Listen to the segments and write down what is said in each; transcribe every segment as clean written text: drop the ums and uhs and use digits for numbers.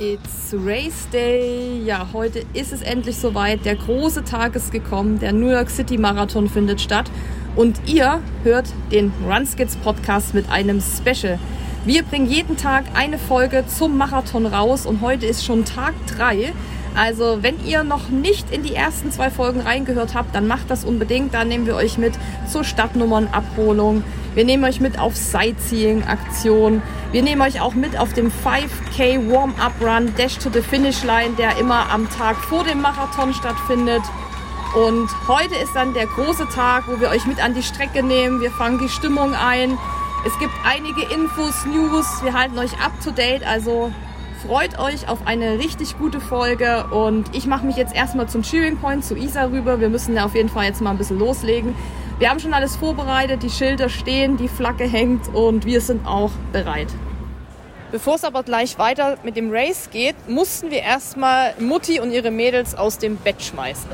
geht's. Race Day. Ja, heute ist es endlich soweit. Der große Tag ist gekommen. Der New York City Marathon findet statt. Und ihr hört den Runskids Podcast mit einem Special. Wir bringen jeden Tag eine Folge zum Marathon raus und heute ist schon Tag 3. Also wenn ihr noch nicht in die ersten 2 Folgen reingehört habt, dann macht das unbedingt. Da nehmen wir euch mit zur Stadtnummernabholung. Wir nehmen euch mit auf Sightseeing-Aktion. Wir nehmen euch auch mit auf dem 5K Warm-Up-Run Dash to the Finish Line, der immer am Tag vor dem Marathon stattfindet. Und heute ist dann der große Tag, wo wir euch mit an die Strecke nehmen. Wir fangen die Stimmung ein. Es gibt einige Infos, News. Wir halten euch up to date. Also freut euch auf eine richtig gute Folge. Und ich mache mich jetzt erstmal zum Cheering Point, zu Isa rüber. Wir müssen ja auf jeden Fall jetzt mal ein bisschen loslegen. Wir haben schon alles vorbereitet. Die Schilder stehen, die Flagge hängt und wir sind auch bereit. Bevor es aber gleich weiter mit dem Race geht, mussten wir erstmal Mutti und ihre Mädels aus dem Bett schmeißen.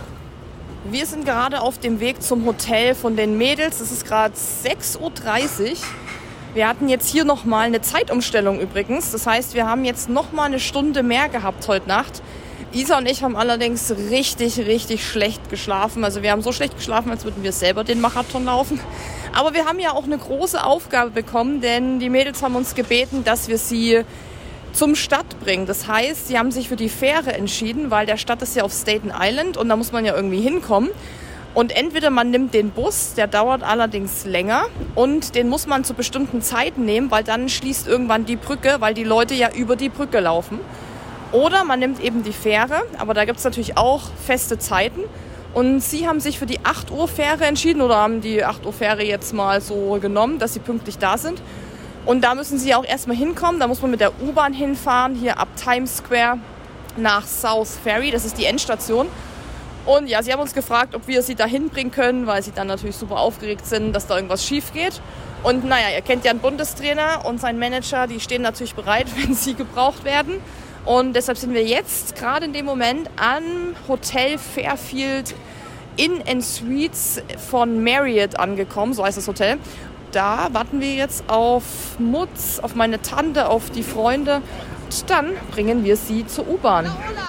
Wir sind gerade auf dem Weg zum Hotel von den Mädels. Es ist gerade 6:30 Uhr. Wir hatten jetzt hier nochmal eine Zeitumstellung übrigens. Das heißt, wir haben jetzt nochmal eine Stunde mehr gehabt heute Nacht. Isa und ich haben allerdings richtig schlecht geschlafen. Also wir haben so schlecht geschlafen, als würden wir selber den Marathon laufen. Aber wir haben ja auch eine große Aufgabe bekommen, denn die Mädels haben uns gebeten, dass wir sie zum Start bringen. Das heißt, sie haben sich für die Fähre entschieden, weil der Start ist ja auf Staten Island und da muss man ja irgendwie hinkommen. Und entweder man nimmt den Bus, der dauert allerdings länger und den muss man zu bestimmten Zeiten nehmen, weil dann schließt irgendwann die Brücke, weil die Leute ja über die Brücke laufen. Oder man nimmt eben die Fähre, aber da gibt es natürlich auch feste Zeiten. Und sie haben sich für die 8 Uhr Fähre entschieden oder haben die 8 Uhr Fähre jetzt mal so genommen, dass sie pünktlich da sind. Und da müssen sie auch erstmal hinkommen. Da muss man mit der U-Bahn hinfahren, hier ab Times Square nach South Ferry. Das ist die Endstation. Und ja, sie haben uns gefragt, ob wir sie da hinbringen können, weil sie dann natürlich super aufgeregt sind, dass da irgendwas schief geht. Und naja, ihr kennt ja einen Bundestrainer und seinen Manager, die stehen natürlich bereit, wenn sie gebraucht werden. Und deshalb sind wir jetzt gerade in dem Moment am Hotel Fairfield Inn & Suites von Marriott angekommen, so heißt das Hotel. Da warten wir jetzt auf Mutz, auf meine Tante, auf die Freunde. Und dann bringen wir sie zur U-Bahn.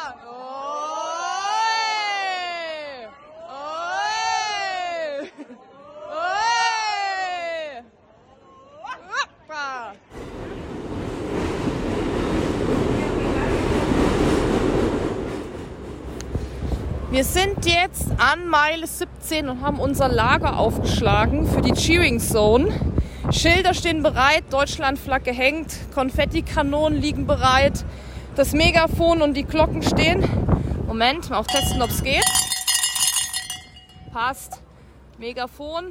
Wir sind jetzt an Meile 17 und haben unser Lager aufgeschlagen für die Cheering Zone. Schilder stehen bereit, Deutschlandflagge hängt, Konfettikanonen liegen bereit, das Megafon und die Glocken stehen. Moment, mal auch testen, ob es geht. Passt. Megafon.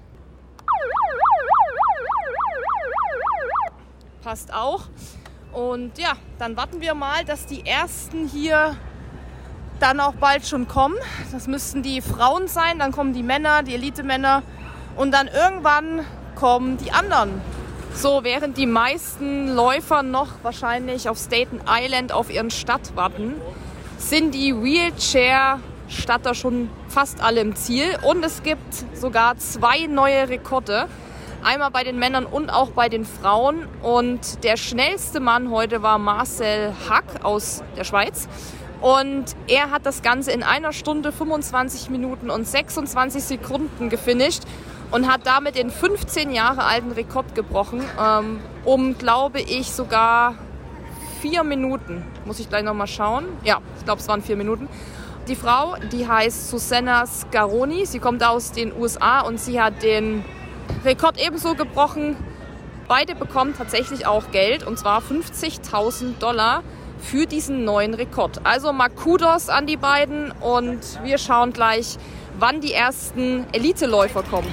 Passt auch. Und ja, dann warten wir mal, dass die ersten hier dann auch bald schon kommen. Das müssten die Frauen sein, dann kommen die Männer, die Elitemänner und dann irgendwann kommen die anderen. So, während die meisten Läufer noch wahrscheinlich auf Staten Island auf ihren Start warten, sind die Wheelchair-Statter schon fast alle im Ziel und es gibt sogar 2 neue Rekorde. Einmal bei den Männern und auch bei den Frauen und der schnellste Mann heute war Marcel Hack aus der Schweiz. Und er hat das Ganze in 1 Stunde, 25 Minuten und 26 Sekunden gefinisht und hat damit den 15 Jahre alten Rekord gebrochen, glaube ich, sogar 4 Minuten. Muss ich gleich nochmal schauen. Ja, ich glaube, es waren 4 Minuten. Die Frau, die heißt Susanna Scaroni, sie kommt aus den USA und sie hat den Rekord ebenso gebrochen. Beide bekommen tatsächlich auch Geld und zwar $50.000 für diesen neuen Rekord. Also mal Kudos an die beiden und wir schauen gleich, wann die ersten Eliteläufer kommen.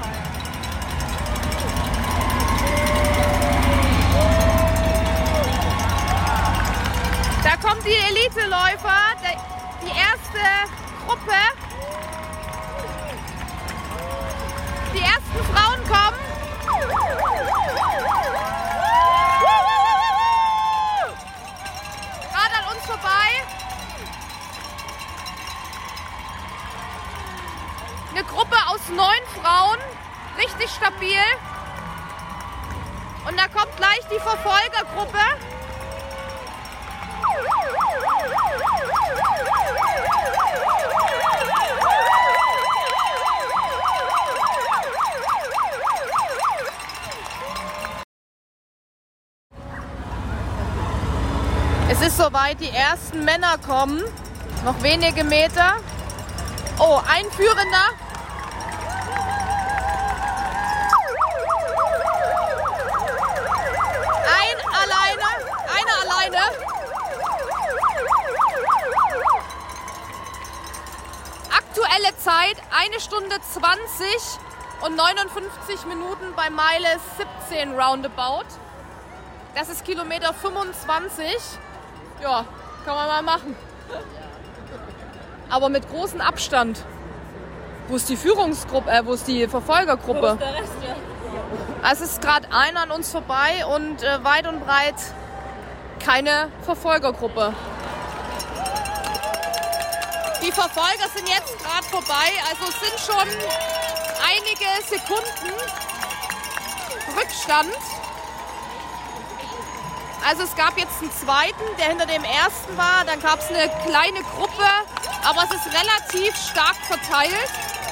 Da kommt die Eliteläufer, die erste Gruppe. Die ersten Frauen kommen. Vorbei. Eine Gruppe aus 9 Frauen, richtig stabil. Und da kommt gleich die Verfolgergruppe. soweit die ersten Männer kommen. Noch wenige Meter. Oh, ein Führender. Einer alleine. Aktuelle Zeit 1 Stunde 20 und 59 Minuten bei Meile 17 roundabout. Das ist Kilometer 25. Ja, kann man mal machen. Aber mit großem Abstand. Wo ist die Führungsgruppe, wo ist die Verfolgergruppe? Wo ist der Rest, ja? Also es ist gerade einer an uns vorbei und weit und breit keine Verfolgergruppe. Die Verfolger sind jetzt gerade vorbei, also es sind schon einige Sekunden Rückstand. Also es gab jetzt einen zweiten, der hinter dem ersten war, dann gab es eine kleine Gruppe, aber es ist relativ stark verteilt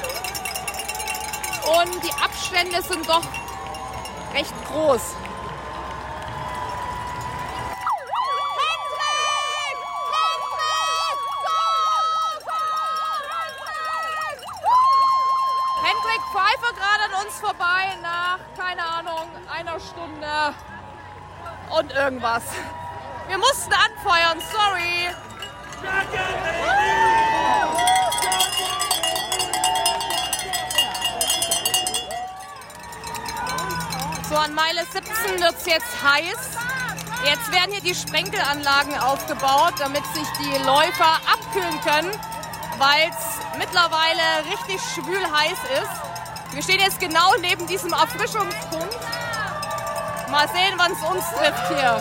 und die Abstände sind doch recht groß. Hendrik Pfeiffer gerade an uns vorbei nach, keine Ahnung, 1 Stunde und irgendwas. Wir mussten anfeuern, sorry. So, an Meile 17 wird es jetzt heiß. Jetzt werden hier die Sprenkelanlagen aufgebaut, damit sich die Läufer abkühlen können, weil es mittlerweile richtig schwül heiß ist. Wir stehen jetzt genau neben diesem Erfrischungspunkt. Mal sehen, wann es uns trifft hier.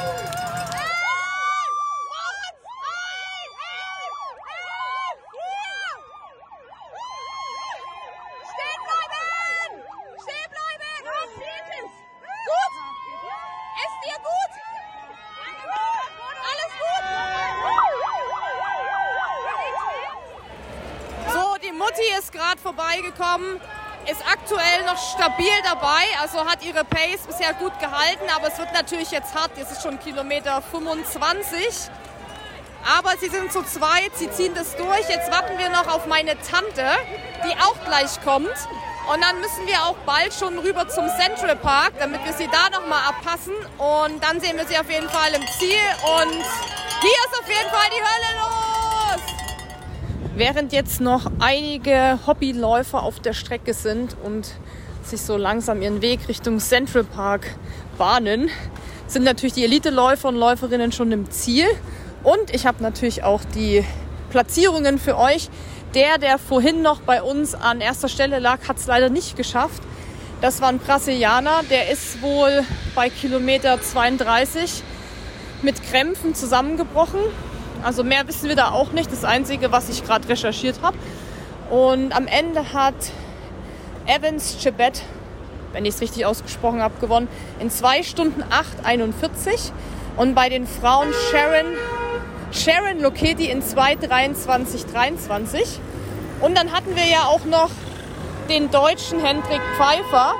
Mutti ist gerade vorbeigekommen, ist aktuell noch stabil dabei, also hat ihre Pace bisher gut gehalten, aber es wird natürlich jetzt hart, es ist schon Kilometer 25. Aber sie sind zu zweit, sie ziehen das durch. Jetzt warten wir noch auf meine Tante, die auch gleich kommt. Und dann müssen wir auch bald schon rüber zum Central Park, damit wir sie da nochmal abpassen. Und dann sehen wir sie auf jeden Fall im Ziel. Und hier ist auf jeden Fall die Hölle los! Während jetzt noch einige Hobbyläufer auf der Strecke sind und sich so langsam ihren Weg Richtung Central Park bahnen, sind natürlich die Elite-Läufer und Läuferinnen schon im Ziel. Und ich habe natürlich auch die Platzierungen für euch. Der vorhin noch bei uns an erster Stelle lag, hat es leider nicht geschafft. Das war ein Brasilianer, der ist wohl bei Kilometer 32 mit Krämpfen zusammengebrochen. Also mehr wissen wir da auch nicht. Das Einzige, was ich gerade recherchiert habe. Und am Ende hat Evans Chebet, wenn ich es richtig ausgesprochen habe, gewonnen in 2 Stunden 8:41. Und bei den Frauen Sharon Lokedi in 2:23:23. Und dann hatten wir ja auch noch den deutschen Hendrik Pfeiffer.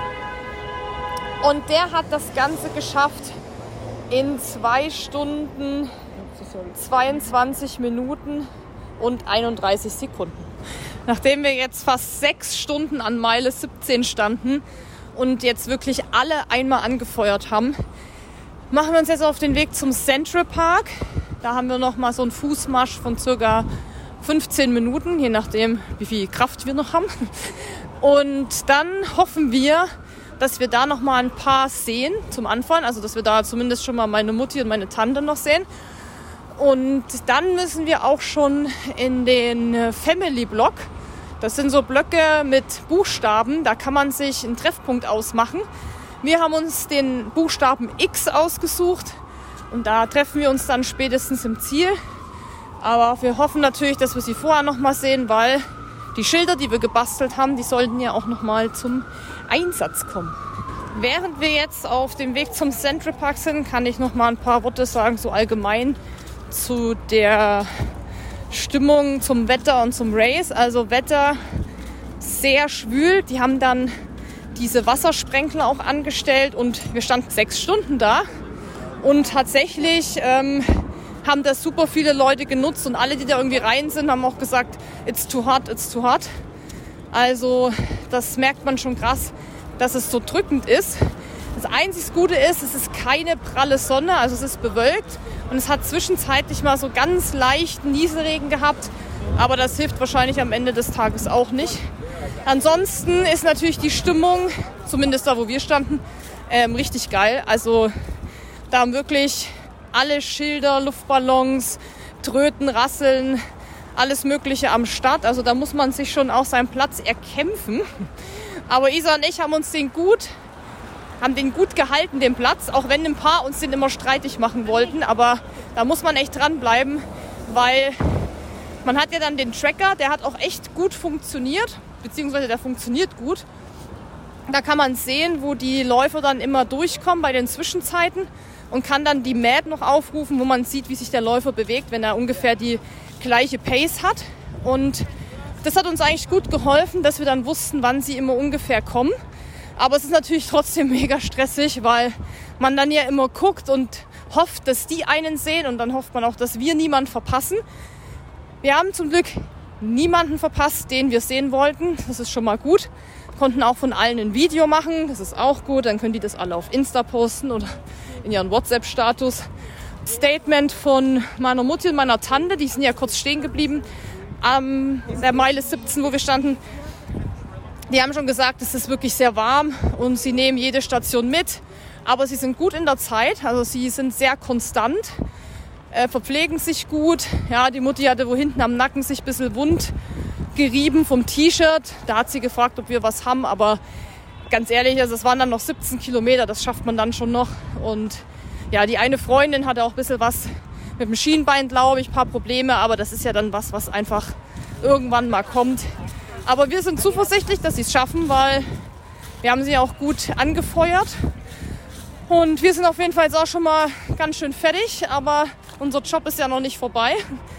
Und der hat das Ganze geschafft in 2 Stunden 22 Minuten und 31 Sekunden. Nachdem wir jetzt fast 6 Stunden an Meile 17 standen und jetzt wirklich alle einmal angefeuert haben, machen wir uns jetzt auf den Weg zum Central Park. Da haben wir noch mal so einen Fußmarsch von ca. 15 Minuten, je nachdem, wie viel Kraft wir noch haben. Und dann hoffen wir, dass wir da noch mal ein paar sehen zum Anfang. Also, dass wir da zumindest schon mal meine Mutti und meine Tante noch sehen. Und dann müssen wir auch schon in den Family Block. Das sind so Blöcke mit Buchstaben. Da kann man sich einen Treffpunkt ausmachen. Wir haben uns den Buchstaben X ausgesucht. Und da treffen wir uns dann spätestens im Ziel. Aber wir hoffen natürlich, dass wir sie vorher noch mal sehen, weil die Schilder, die wir gebastelt haben, die sollten ja auch noch mal zum Einsatz kommen. Während wir jetzt auf dem Weg zum Central Park sind, kann ich noch mal ein paar Worte sagen, so allgemein zu der Stimmung, zum Wetter und zum Race. Also Wetter sehr schwül. Die haben dann diese Wassersprenkler auch angestellt und wir standen 6 Stunden da. Und tatsächlich haben das super viele Leute genutzt und alle, die da irgendwie rein sind, haben auch gesagt, it's too hot, it's too hot. Also das merkt man schon krass, dass es so drückend ist. Das einzig Gute ist, es ist keine pralle Sonne, also es ist bewölkt und es hat zwischenzeitlich mal so ganz leichten Nieselregen gehabt, aber das hilft wahrscheinlich am Ende des Tages auch nicht. Ansonsten ist natürlich die Stimmung, zumindest da, wo wir standen, richtig geil. Also da haben wirklich alle Schilder, Luftballons, Tröten, Rasseln, alles Mögliche am Start. Also da muss man sich schon auch seinen Platz erkämpfen. Aber Isa und ich haben den gut gehalten, den Platz, auch wenn ein paar uns den immer streitig machen wollten. Aber da muss man echt dranbleiben, weil man hat ja dann den Tracker, der hat auch echt gut funktioniert, beziehungsweise der funktioniert gut. Da kann man sehen, wo die Läufer dann immer durchkommen bei den Zwischenzeiten und kann dann die Map noch aufrufen, wo man sieht, wie sich der Läufer bewegt, wenn er ungefähr die gleiche Pace hat. Und das hat uns eigentlich gut geholfen, dass wir dann wussten, wann sie immer ungefähr kommen. Aber es ist natürlich trotzdem mega stressig, weil man dann ja immer guckt und hofft, dass die einen sehen und dann hofft man auch, dass wir niemanden verpassen. Wir haben zum Glück niemanden verpasst, den wir sehen wollten. Das ist schon mal gut. Konnten auch von allen ein Video machen. Das ist auch gut. Dann können die das alle auf Insta posten oder in ihren WhatsApp-Status. Statement von meiner Mutti und meiner Tante. Die sind ja kurz stehen geblieben an der Meile 17, wo wir standen. Die haben schon gesagt, es ist wirklich sehr warm und sie nehmen jede Station mit. Aber sie sind gut in der Zeit. Also sie sind sehr konstant. Verpflegen sich gut. Ja, die Mutti hatte wo hinten am Nacken sich ein bisschen wund gerieben vom T-Shirt. Da hat sie gefragt, ob wir was haben, aber ganz ehrlich, also es waren dann noch 17 Kilometer, das schafft man dann schon noch. Und ja, die eine Freundin hatte auch ein bisschen was mit dem Schienbein, glaube ich, ein paar Probleme, aber das ist ja dann was einfach irgendwann mal kommt. Aber wir sind zuversichtlich, dass sie es schaffen, weil wir haben sie auch gut angefeuert. Und wir sind auf jeden Fall jetzt auch schon mal ganz schön fertig, aber unser Job ist ja noch nicht vorbei.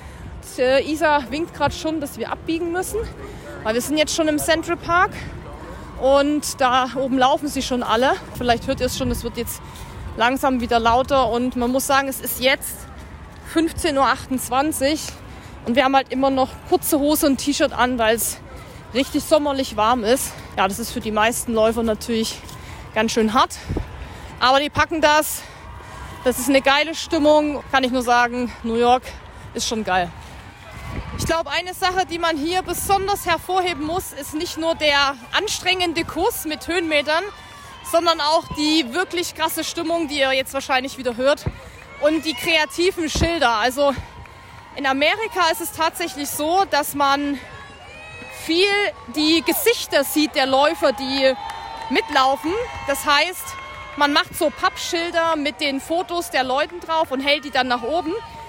Isa winkt gerade schon, dass wir abbiegen müssen, weil wir sind jetzt schon im Central Park und da oben laufen sie schon alle. Vielleicht hört ihr es schon, es wird jetzt langsam wieder lauter und man muss sagen, es ist jetzt 15:28 Uhr und wir haben halt immer noch kurze Hose und T-Shirt an, weil es richtig sommerlich warm ist. Ja, das ist für die meisten Läufer natürlich ganz schön hart, aber die packen das. Das ist eine geile Stimmung, kann ich nur sagen, New York ist schon geil. Ich glaube, eine Sache, die man hier besonders hervorheben muss, ist nicht nur der anstrengende Kurs mit Höhenmetern, sondern auch die wirklich krasse Stimmung, die ihr jetzt wahrscheinlich wieder hört und die kreativen Schilder. Also in Amerika ist es tatsächlich so, dass man viel die Gesichter sieht der Läufer, die mitlaufen. Das heißt, man macht so Pappschilder mit den Fotos der Leuten drauf und hält die dann nach oben.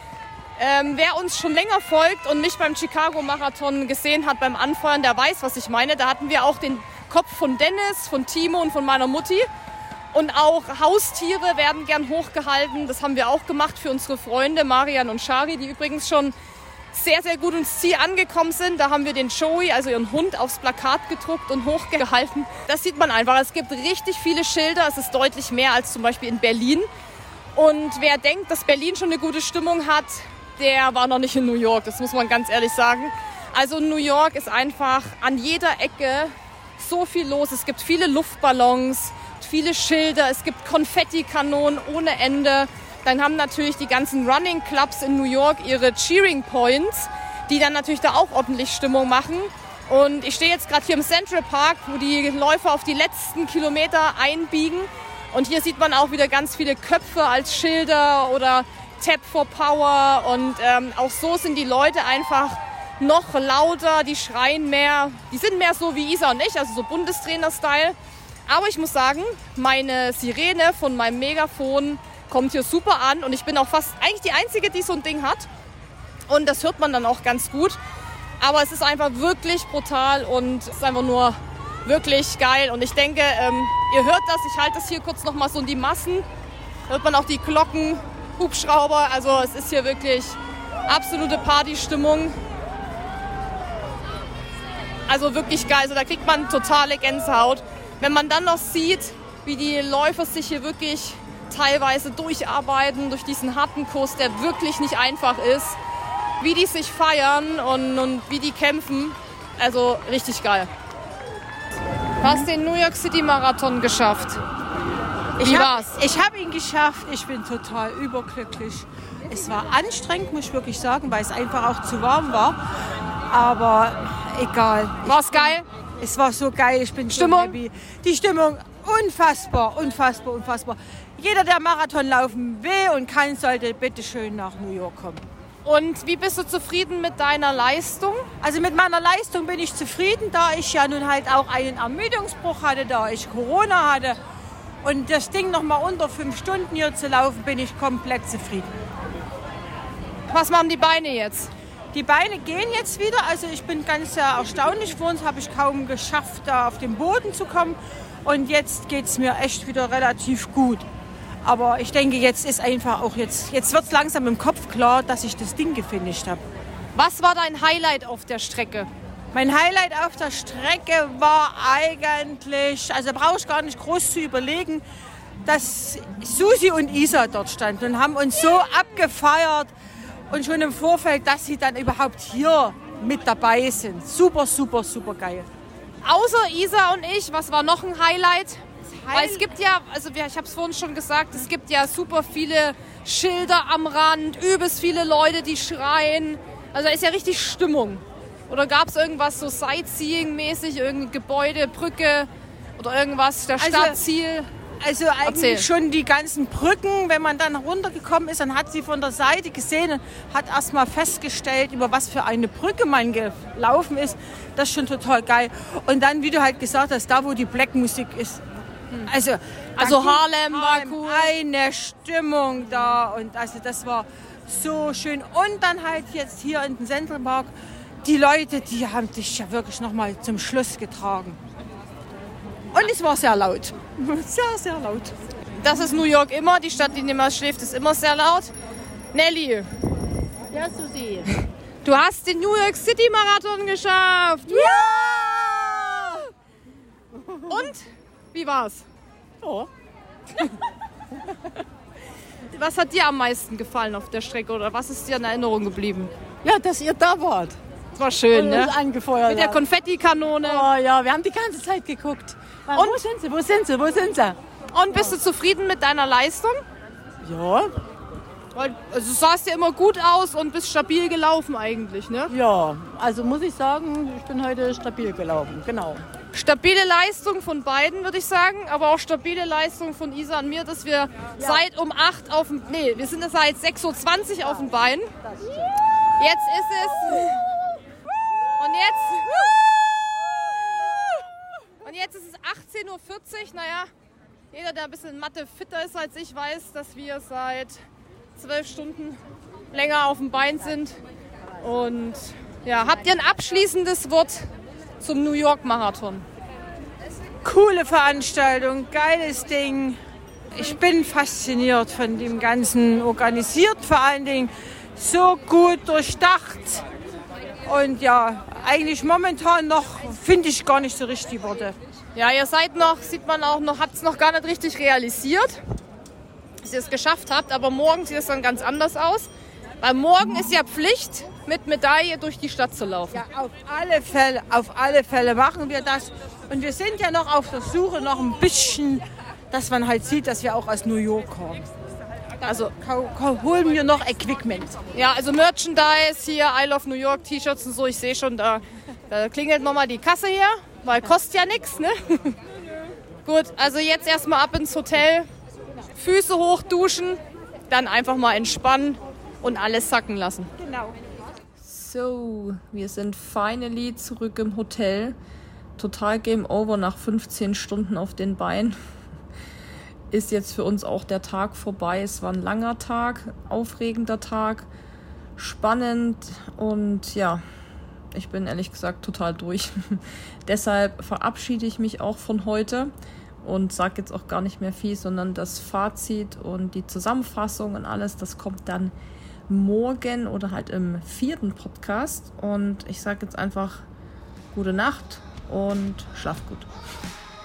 Wer uns schon länger folgt und mich beim Chicago-Marathon gesehen hat beim Anfeuern, der weiß, was ich meine. Da hatten wir auch den Kopf von Dennis, von Timo und von meiner Mutti. Und auch Haustiere werden gern hochgehalten. Das haben wir auch gemacht für unsere Freunde Marian und Shari, die übrigens schon sehr, sehr gut ins Ziel angekommen sind. Da haben wir den Joey, also ihren Hund, aufs Plakat gedruckt und hochgehalten. Das sieht man einfach. Es gibt richtig viele Schilder. Es ist deutlich mehr als zum Beispiel in Berlin. Und wer denkt, dass Berlin schon eine gute Stimmung hat, der war noch nicht in New York, das muss man ganz ehrlich sagen. Also New York ist einfach an jeder Ecke so viel los. Es gibt viele Luftballons, viele Schilder, es gibt Konfettikanonen ohne Ende. Dann haben natürlich die ganzen Running Clubs in New York ihre Cheering Points, die dann natürlich da auch ordentlich Stimmung machen. Und ich stehe jetzt gerade hier im Central Park, wo die Läufer auf die letzten Kilometer einbiegen. Und hier sieht man auch wieder ganz viele Köpfe als Schilder oder Tap for Power und auch so sind die Leute einfach noch lauter, die schreien mehr, die sind mehr so wie Isa und ich, also so Bundestrainer-Style. Aber ich muss sagen, meine Sirene von meinem Megafon kommt hier super an und ich bin auch fast eigentlich die Einzige, die so ein Ding hat und das hört man dann auch ganz gut. Aber es ist einfach wirklich brutal und es ist einfach nur wirklich geil und ich denke, ihr hört das, ich halte das hier kurz nochmal so in die Massen, hört man auch die Glocken, Hubschrauber, also es ist hier wirklich absolute Partystimmung. Also wirklich geil, also da kriegt man totale Gänsehaut. Wenn man dann noch sieht, wie die Läufer sich hier wirklich teilweise durcharbeiten durch diesen harten Kurs, der wirklich nicht einfach ist. Wie die sich feiern und wie die kämpfen. Also richtig geil. Du hast den New York City Marathon geschafft. Wie war's? Ich habe ihn geschafft. Ich bin total überglücklich. Es war anstrengend, muss ich wirklich sagen, weil es einfach auch zu warm war. Aber egal. War's geil? Es war so geil. Ich bin Stimmung? so happy. Die Stimmung unfassbar, unfassbar, unfassbar. Jeder, der Marathon laufen will und kann, sollte bitte schön nach New York kommen. Und wie bist du zufrieden mit deiner Leistung? Also mit meiner Leistung bin ich zufrieden, da ich ja nun halt auch einen Ermüdungsbruch hatte, da ich Corona hatte. Und das Ding noch mal unter 5 Stunden hier zu laufen, bin ich komplett zufrieden. Was machen die Beine jetzt? Die Beine gehen jetzt wieder, also ich bin ganz erstaunlich. Vor uns habe ich kaum geschafft, da auf den Boden zu kommen. Und jetzt geht es mir echt wieder relativ gut. Aber ich denke, jetzt ist einfach auch jetzt wird es langsam im Kopf klar, dass ich das Ding gefinisht habe. Was war dein Highlight auf der Strecke? Mein Highlight auf der Strecke war eigentlich, also brauche ich gar nicht groß zu überlegen, dass Susi und Isa dort standen und haben uns so abgefeiert und schon im Vorfeld, dass sie dann überhaupt hier mit dabei sind. Super, super, super geil. Außer Isa und ich, was war noch ein Highlight? Weil es gibt ja, also ich habe es vorhin schon gesagt, es gibt ja super viele Schilder am Rand, übelst viele Leute, die schreien. Also da ist ja richtig Stimmung. Oder gab es irgendwas so Sightseeing-mäßig, irgendein Gebäude, Brücke oder irgendwas, der Stadtziel? Also eigentlich schon die ganzen Brücken, wenn man dann runtergekommen ist, dann hat sie von der Seite gesehen und hat erst mal festgestellt, über was für eine Brücke man gelaufen ist. Das ist schon total geil. Und dann, wie du halt gesagt hast, da wo die Black-Musik ist. Also Harlem war cool. Eine Stimmung da und also das war so schön. Und dann halt jetzt hier in den Central Park, die Leute, die haben dich ja wirklich nochmal zum Schluss getragen. Und es war sehr laut. Sehr, sehr laut. Das ist New York immer. Die Stadt, die niemals schläft, ist immer sehr laut. Nelly. Ja, Susi. Du hast den New York City Marathon geschafft. Ja! Und? Wie war's? Oh. Was hat dir am meisten gefallen auf der Strecke oder was ist dir in Erinnerung geblieben? Ja, dass ihr da wart. Das war schön, Und ne? uns angefeuert Mit der habt. Konfettikanone. Oh ja, wir haben die ganze Zeit geguckt. Und? Wo sind sie? Wo sind sie? Wo sind sie? Und bist du zufrieden mit deiner Leistung? Ja, Weil, also, du sahst ja immer gut aus und bist stabil gelaufen eigentlich, ne? ja. Also muss ich sagen, ich bin heute stabil gelaufen. Genau. Stabile Leistung von beiden, würde ich sagen, aber auch stabile Leistung von Isa und mir, dass wir seit um 8 auf dem, wir sind seit 6:20 Uhr auf dem Bein. Jetzt ist es und jetzt ist es 18:40 Uhr. Naja, jeder, der ein bisschen Mathe fitter ist als ich, weiß, dass wir seit 12 Stunden länger auf dem Bein sind. Und ja, habt ihr ein abschließendes Wort zum New York Marathon? Coole Veranstaltung, geiles Ding. Ich bin fasziniert von dem Ganzen, organisiert vor allen Dingen, so gut durchdacht. Und ja, eigentlich momentan noch finde ich gar nicht so richtig die Worte. Ja, ihr seid noch, sieht man auch noch, habt es noch gar nicht richtig realisiert, dass ihr es geschafft habt, aber morgen sieht es dann ganz anders aus. Weil morgen ist ja Pflicht, mit Medaille durch die Stadt zu laufen. Ja, auf alle Fälle machen wir das. Und wir sind ja noch auf der Suche noch ein bisschen, dass man halt sieht, dass wir auch aus New York kommen. Also holen wir noch Equipment. Ja, also Merchandise hier, I Love New York, T-Shirts und so, ich sehe schon, da klingelt nochmal die Kasse hier, weil kostet ja nichts, ne? Gut, also jetzt erstmal ab ins Hotel, Füße hoch duschen, dann einfach mal entspannen und alles sacken lassen. Genau. So, wir sind finally zurück im Hotel. Total Game Over nach 15 Stunden auf den Beinen. Ist jetzt für uns auch der Tag vorbei. Es war ein langer Tag, aufregender Tag, spannend und ja, ich bin ehrlich gesagt total durch. Deshalb verabschiede ich mich auch von heute und sage jetzt auch gar nicht mehr viel, sondern das Fazit und die Zusammenfassung und alles, das kommt dann morgen oder halt im 4. Podcast. Und ich sage jetzt einfach gute Nacht und schlaf gut.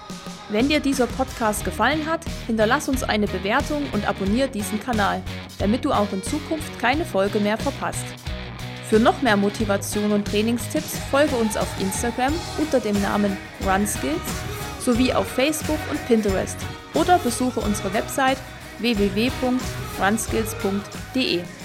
Wenn dir dieser Podcast gefallen hat, hinterlass uns eine Bewertung und abonniere diesen Kanal, damit du auch in Zukunft keine Folge mehr verpasst. Für noch mehr Motivation und Trainingstipps folge uns auf Instagram unter dem Namen RunSkills sowie auf Facebook und Pinterest oder besuche unsere Website www.runskills.de.